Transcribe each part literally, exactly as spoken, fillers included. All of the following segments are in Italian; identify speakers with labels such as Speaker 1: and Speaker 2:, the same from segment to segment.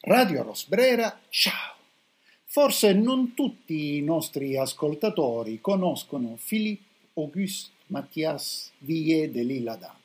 Speaker 1: Radio Rosbrera, ciao! Forse non tutti i nostri ascoltatori conoscono Philippe Auguste Mathias Villiers de l'Isle-Adam.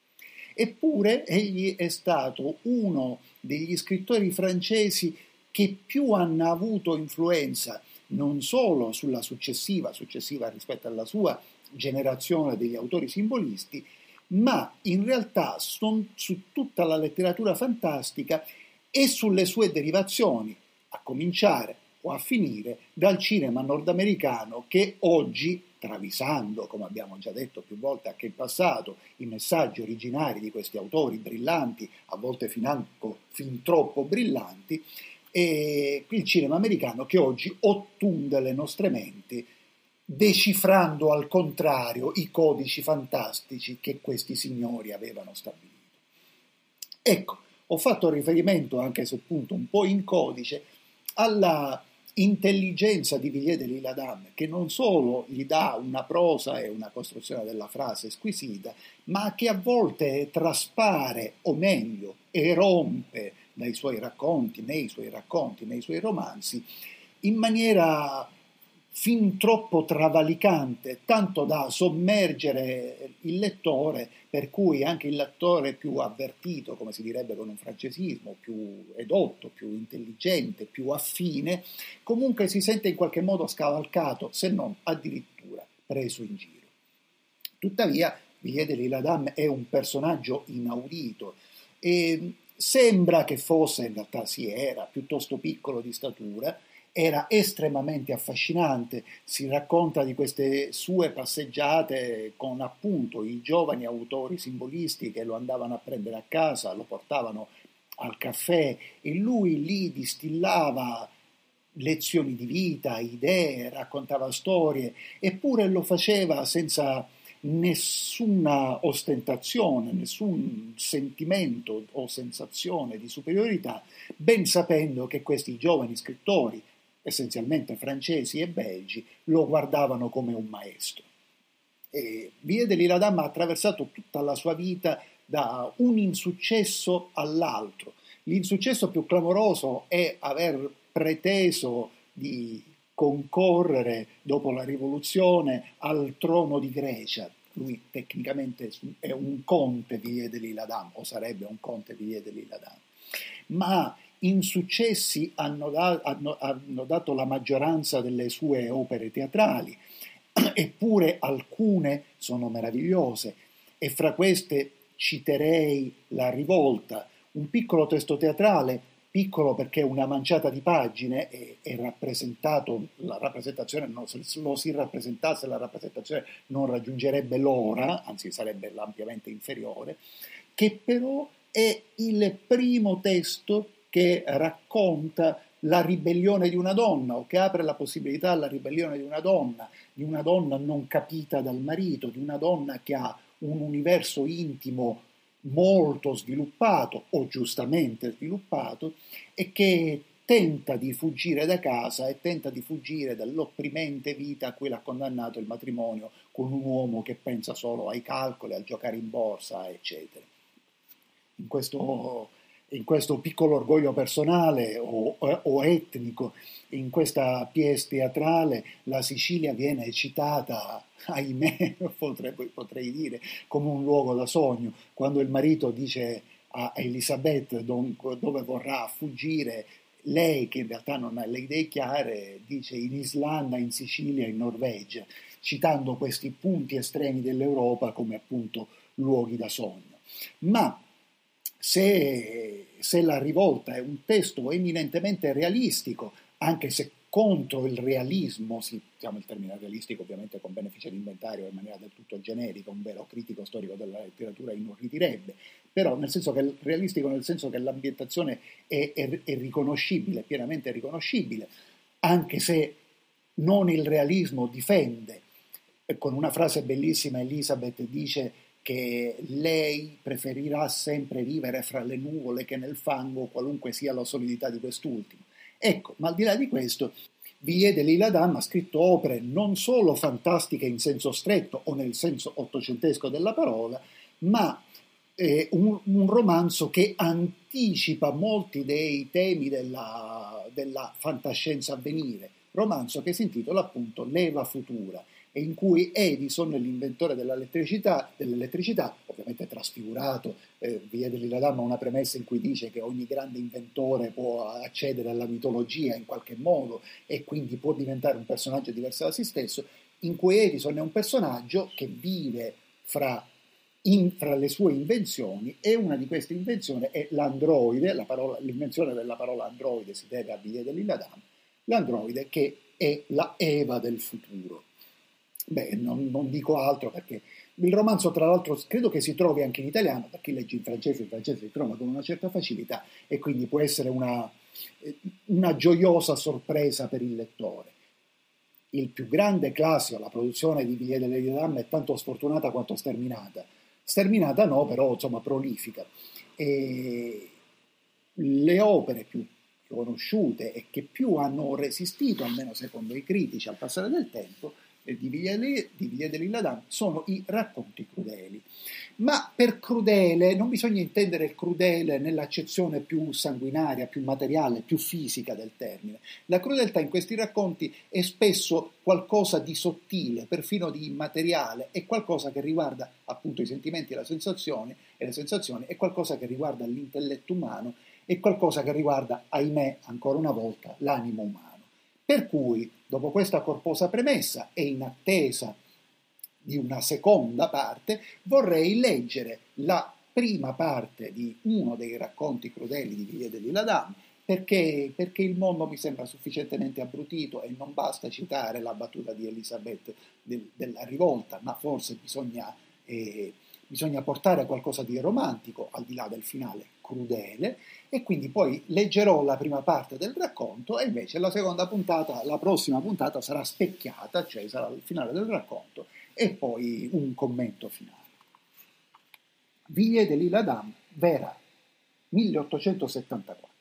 Speaker 1: Eppure egli è stato uno degli scrittori francesi che più hanno avuto influenza non solo sulla successiva, successiva rispetto alla sua generazione degli autori simbolisti, ma in realtà su tutta la letteratura fantastica e sulle sue derivazioni, a cominciare o a finire dal cinema nordamericano che oggi, travisando, come abbiamo già detto più volte anche in passato, i messaggi originari di questi autori brillanti, a volte financo fin troppo brillanti, e il cinema americano che oggi ottunde le nostre menti, decifrando al contrario i codici fantastici che questi signori avevano stabilito. Ecco, ho fatto riferimento, anche se appunto un po' in codice, alla intelligenza di Villiers de l'Isle-Adam, che non solo gli dà una prosa e una costruzione della frase squisita, ma che a volte traspare, o meglio, erompe dai suoi racconti, nei suoi racconti, nei suoi romanzi, in maniera fin troppo travalicante, tanto da sommergere il lettore, per cui anche il lettore più avvertito, come si direbbe con un francesismo, più edotto, più intelligente, più affine, comunque si sente in qualche modo scavalcato, se non addirittura preso in giro. Tuttavia, Villiers de l'Isle-Adam è un personaggio inaudito e sembra che fosse, in realtà si era, piuttosto piccolo di statura. Era estremamente affascinante, si racconta di queste sue passeggiate con appunto i giovani autori simbolisti che lo andavano a prendere a casa, lo portavano al caffè e lui lì distillava lezioni di vita, idee, raccontava storie, eppure lo faceva senza nessuna ostentazione, nessun sentimento o sensazione di superiorità, ben sapendo che questi giovani scrittori, essenzialmente francesi e belgi, lo guardavano come un maestro. E Villiers de l'Isle-Adam ha attraversato tutta la sua vita da un insuccesso all'altro. L'insuccesso più clamoroso è aver preteso di concorrere dopo la rivoluzione al trono di Grecia. Lui tecnicamente è un conte Villiers de l'Isle-Adam, o sarebbe un conte Villiers de l'Isle-Adam, ma insuccessi hanno, da, hanno, hanno dato la maggioranza delle sue opere teatrali, eppure alcune sono meravigliose, e fra queste citerei La Rivolta, un piccolo testo teatrale, piccolo perché una manciata di pagine e, e rappresentato, la rappresentazione, non, se lo si rappresentasse la rappresentazione non raggiungerebbe l'ora, anzi sarebbe ampiamente inferiore, che però è il primo testo che racconta la ribellione di una donna o che apre la possibilità alla ribellione di una donna, di una donna non capita dal marito, di una donna che ha un universo intimo molto sviluppato o giustamente sviluppato e che tenta di fuggire da casa e tenta di fuggire dall'opprimente vita a cui l'ha condannato il matrimonio con un uomo che pensa solo ai calcoli, al giocare in borsa, eccetera. In questo in questo piccolo orgoglio personale o, o etnico, in questa pièce teatrale, la Sicilia viene citata, ahimè, potrei, potrei dire, come un luogo da sogno. Quando il marito dice a Elisabeth dove vorrà fuggire, lei, che in realtà non ha le idee chiare, dice in Islanda, in Sicilia, in Norvegia, citando questi punti estremi dell'Europa come appunto luoghi da sogno. Ma Se, se La Rivolta è un testo eminentemente realistico, anche se contro il realismo, si usiamo il termine realistico ovviamente con beneficio di inventario in maniera del tutto generica, un vero critico storico della letteratura inorridirebbe, però nel senso che realistico nel senso che l'ambientazione è, è, è riconoscibile, pienamente riconoscibile, anche se non il realismo difende. E con una frase bellissima Elisabeth dice che lei preferirà sempre vivere fra le nuvole che nel fango, qualunque sia la solidità di quest'ultimo. Ecco, ma al di là di questo, Villiers de l'Isle-Adam ha scritto opere non solo fantastiche in senso stretto o nel senso ottocentesco della parola, ma eh, un, un romanzo che an- anticipa molti dei temi della, della fantascienza a venire, romanzo che si intitola appunto L'Eva futura, e in cui Edison, l'inventore dell'elettricità, dell'elettricità ovviamente trasfigurato, eh, Via della Dama ha una premessa in cui dice che ogni grande inventore può accedere alla mitologia in qualche modo e quindi può diventare un personaggio diverso da se stesso, in cui Edison è un personaggio che vive fra, in, fra le sue invenzioni, e una di queste invenzioni è l'androide. La parola, l'invenzione della parola androide si deve a Via della Dama, l'androide che è la Eva del futuro. Beh, non, non dico altro, perché il romanzo, tra l'altro, credo che si trovi anche in italiano. Per chi legge in francese, il francese si trova con una certa facilità e quindi può essere una, una gioiosa sorpresa per il lettore. Il più grande classico, la produzione di Via delle Dame, è tanto sfortunata quanto sterminata. Sterminata no, però insomma prolifica. E le opere più conosciute e che più hanno resistito, almeno secondo i critici, al passare del tempo, di Via della Dame sono i racconti crudeli. Ma per crudele non bisogna intendere il crudele nell'accezione più sanguinaria, più materiale, più fisica del termine. La crudeltà in questi racconti è spesso qualcosa di sottile, perfino di immateriale, è qualcosa che riguarda appunto i sentimenti e le sensazioni, e le sensazioni, è qualcosa che riguarda l'intelletto umano, è qualcosa che riguarda, ahimè, ancora una volta, l'animo umano. Per cui, dopo questa corposa premessa e in attesa di una seconda parte, vorrei leggere la prima parte di uno dei racconti crudeli di Via della Dame, perché, perché il mondo mi sembra sufficientemente abbrutito e non basta citare la battuta di Elisabeth del, della rivolta, ma forse bisogna, eh, bisogna portare qualcosa di romantico al di là del finale crudele, e quindi poi leggerò la prima parte del racconto e invece la seconda puntata, la prossima puntata sarà specchiata, cioè sarà il finale del racconto e poi un commento finale. Via della Dame, Vera, milleottocentosettantaquattro.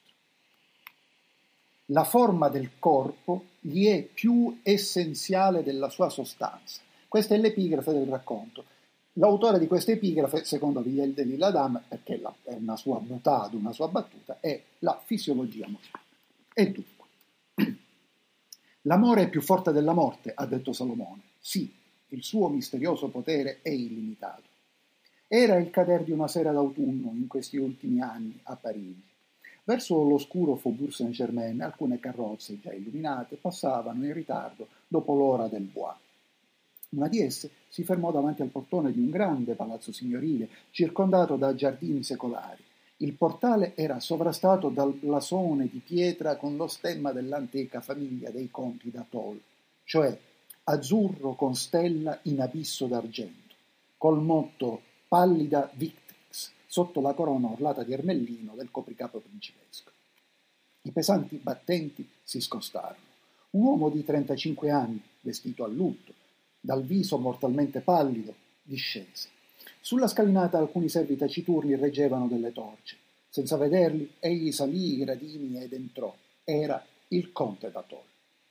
Speaker 1: La forma del corpo gli è più essenziale della sua sostanza. Questa è l'epigrafe del racconto. L'autore di questa epigrafe, secondo Via della Dame, perché è una sua boutade, una sua battuta, è la fisiologia moderna. E dunque, l'amore è più forte della morte, ha detto Salomone. Sì, il suo misterioso potere è illimitato. Era il cader di una sera d'autunno in questi ultimi anni a Parigi. Verso l'oscuro Faubourg Saint-Germain alcune carrozze già illuminate passavano in ritardo dopo l'ora del bois. Una di esse si fermò davanti al portone di un grande palazzo signorile circondato da giardini secolari. Il portale era sovrastato dal blasone di pietra con lo stemma dell'antica famiglia dei conti d'Atol, cioè azzurro con stella in abisso d'argento, col motto Pallida Victrix sotto la corona orlata di ermellino del copricapo principesco. I pesanti battenti si scostarono. Un uomo di trentacinque anni, vestito a lutto, dal viso mortalmente pallido, discese. Sulla scalinata alcuni servi taciturni reggevano delle torce. Senza vederli, egli salì i gradini ed entrò. Era il conte d'Atol.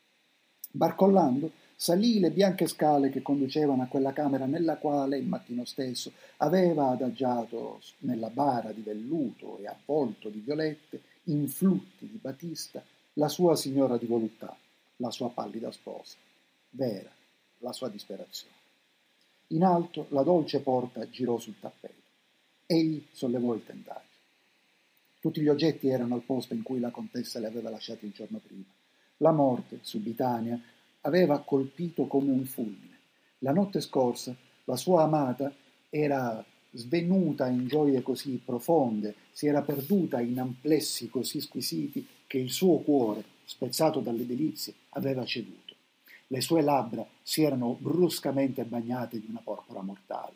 Speaker 1: Barcollando, salì le bianche scale che conducevano a quella camera nella quale, il mattino stesso, aveva adagiato nella bara di velluto e avvolto di violette, in flutti di batista, la sua signora di voluttà, la sua pallida sposa, Vera, la sua disperazione. In alto la dolce porta girò sul tappeto. Egli sollevò il tentaggio. Tutti gli oggetti erano al posto in cui la contessa li aveva lasciati il giorno prima. La morte, subitanea, aveva colpito come un fulmine. La notte scorsa la sua amata era svenuta in gioie così profonde, si era perduta in amplessi così squisiti che il suo cuore, spezzato dalle delizie, aveva ceduto. Le sue labbra si erano bruscamente bagnate di una porpora mortale.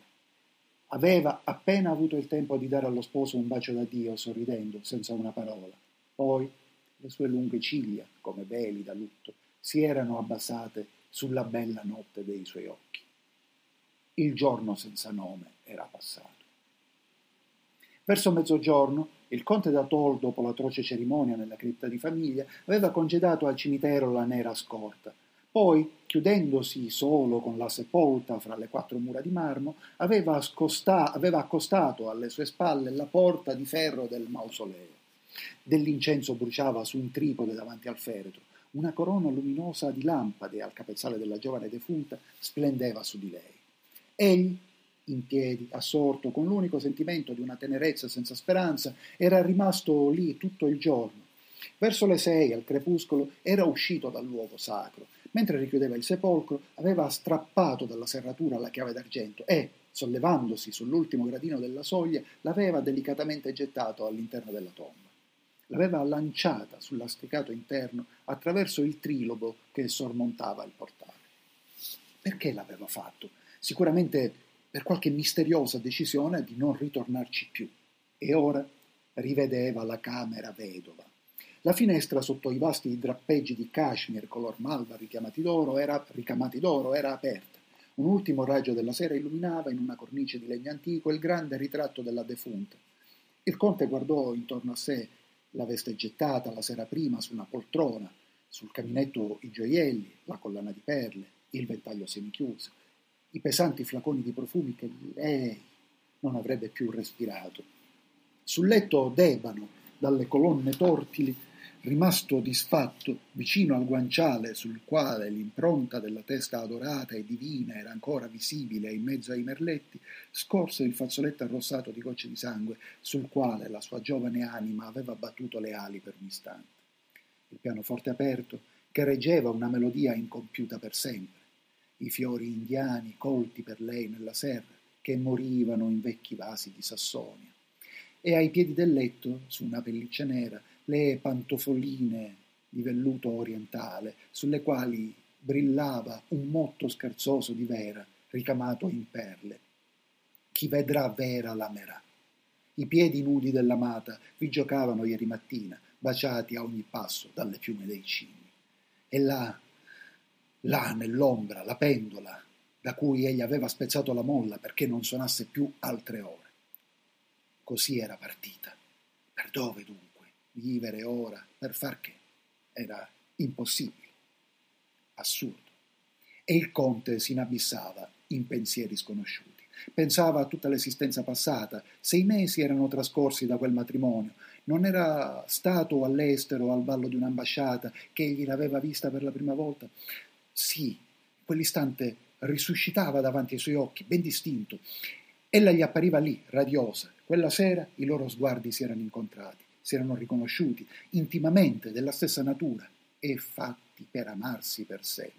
Speaker 1: Aveva appena avuto il tempo di dare allo sposo un bacio d'addio, sorridendo, senza una parola. Poi le sue lunghe ciglia, come veli da lutto, si erano abbassate sulla bella notte dei suoi occhi. Il giorno senza nome era passato. Verso mezzogiorno, il conte d'Atol, dopo l'atroce cerimonia nella cripta di famiglia, aveva congedato al cimitero la nera scorta. Poi, chiudendosi solo con la sepolta fra le quattro mura di marmo, aveva, scosta- aveva accostato alle sue spalle la porta di ferro del mausoleo. Dell'incenso bruciava su un tripode davanti al feretro. Una corona luminosa di lampade al capezzale della giovane defunta splendeva su di lei. Egli, in piedi, assorto, con l'unico sentimento di una tenerezza senza speranza, era rimasto lì tutto il giorno. Verso le sei, al crepuscolo, era uscito dal luogo sacro. Mentre richiudeva il sepolcro, aveva strappato dalla serratura la chiave d'argento e, sollevandosi sull'ultimo gradino della soglia, l'aveva delicatamente gettato all'interno della tomba. L'aveva lanciata sul lastricato interno attraverso il trilobo che sormontava il portale. Perché l'aveva fatto? Sicuramente per qualche misteriosa decisione di non ritornarci più. E ora rivedeva la camera vedova. La finestra sotto i vasti drappeggi di cashmere color malva richiamati d'oro era, ricamati d'oro era aperta. Un ultimo raggio della sera illuminava in una cornice di legno antico il grande ritratto della defunta. Il conte guardò intorno a sé la veste gettata la sera prima su una poltrona, sul caminetto i gioielli, la collana di perle, il ventaglio semichiuso, i pesanti flaconi di profumi che lei non avrebbe più respirato. Sul letto d'ebano, dalle colonne tortili, rimasto disfatto, vicino al guanciale sul quale l'impronta della testa adorata e divina era ancora visibile in mezzo ai merletti, scorse il fazzoletto arrossato di gocce di sangue sul quale la sua giovane anima aveva battuto le ali per un istante. Il pianoforte aperto, che reggeva una melodia incompiuta per sempre, i fiori indiani colti per lei nella serra, che morivano in vecchi vasi di Sassonia. E ai piedi del letto, su una pelliccia nera, le pantofoline di velluto orientale, sulle quali brillava un motto scherzoso di Vera, ricamato in perle. Chi vedrà Vera l'amerà. I piedi nudi dell'amata vi giocavano ieri mattina, baciati a ogni passo dalle piume dei cigni. E là, là nell'ombra, la pendola, da cui egli aveva spezzato la molla perché non suonasse più altre ore. Così era partita. Per dove dunque? Vivere ora, per far che? Era impossibile, assurdo. E il conte si inabissava in pensieri sconosciuti. Pensava a tutta l'esistenza passata. Sei mesi erano trascorsi da quel matrimonio. Non era stato all'estero al ballo di un'ambasciata che egli l'aveva vista per la prima volta? Sì, quell'istante risuscitava davanti ai suoi occhi, ben distinto. Ella gli appariva lì, radiosa. Quella sera i loro sguardi si erano incontrati, si erano riconosciuti, intimamente, della stessa natura, e fatti per amarsi per sempre.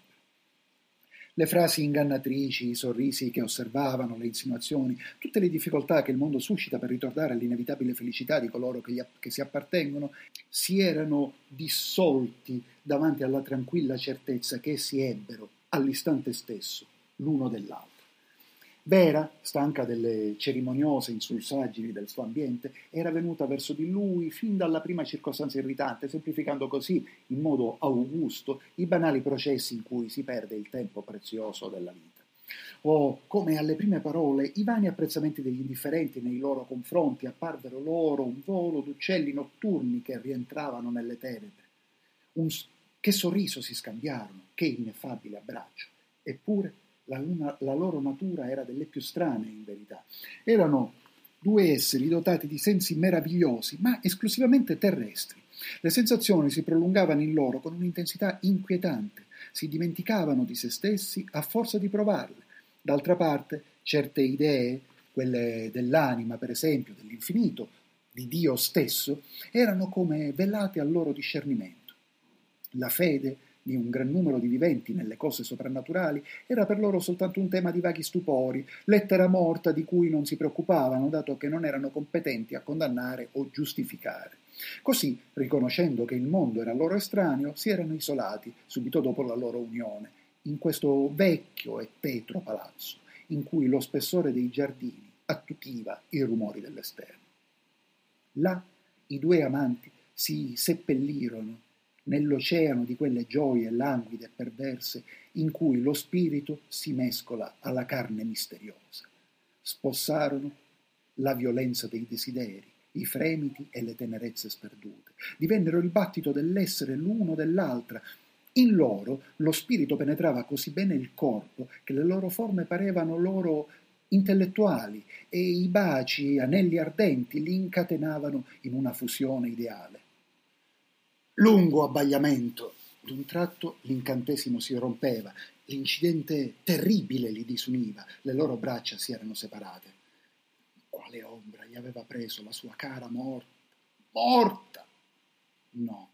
Speaker 1: Le frasi ingannatrici, i sorrisi che osservavano, le insinuazioni, tutte le difficoltà che il mondo suscita per ritornare all'inevitabile felicità di coloro che, gli, che si appartengono, si erano dissolti davanti alla tranquilla certezza che essi ebbero all'istante stesso, l'uno dell'altro. Vera, stanca delle cerimoniose insulsaggini del suo ambiente, era venuta verso di lui fin dalla prima circostanza irritante, semplificando così, in modo augusto, i banali processi in cui si perde il tempo prezioso della vita. O, come alle prime parole, i vani apprezzamenti degli indifferenti nei loro confronti apparvero loro un volo d'uccelli notturni che rientravano nelle tenebre. Un, che sorriso si scambiarono, che ineffabile abbraccio. Eppure, La, luna, la loro natura era delle più strane, in verità. Erano due esseri dotati di sensi meravigliosi, ma esclusivamente terrestri. Le sensazioni si prolungavano in loro con un'intensità inquietante, si dimenticavano di se stessi a forza di provarle. D'altra parte, certe idee, quelle dell'anima, per esempio, dell'infinito, di Dio stesso, erano come velate al loro discernimento. La fede di un gran numero di viventi nelle cose soprannaturali era per loro soltanto un tema di vaghi stupori, lettera morta di cui non si preoccupavano, dato che non erano competenti a condannare o giustificare. Così, riconoscendo che il mondo era loro estraneo, si erano isolati, subito dopo la loro unione, in questo vecchio e tetro palazzo, in cui lo spessore dei giardini attutiva i rumori dell'esterno. Là i due amanti si seppellirono nell'oceano di quelle gioie languide e perverse in cui lo spirito si mescola alla carne misteriosa. Spossarono la violenza dei desideri, i fremiti e le tenerezze sperdute. Divennero il battito dell'essere l'uno dell'altra, In loro lo spirito penetrava così bene il corpo che le loro forme parevano loro intellettuali e i baci, anelli ardenti, li incatenavano in una fusione ideale. Lungo abbagliamento. D'un tratto l'incantesimo si rompeva, l'incidente terribile li disuniva, le loro braccia si erano separate. Quale ombra gli aveva preso la sua cara morta? Morta! No.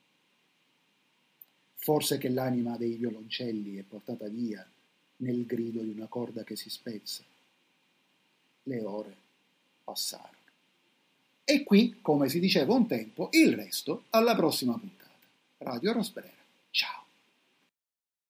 Speaker 1: Forse che l'anima dei violoncelli è portata via nel grido di una corda che si spezza. Le ore passarono. E qui, come si diceva un tempo, il resto alla prossima puntata. Radio Rosbrera. Ciao.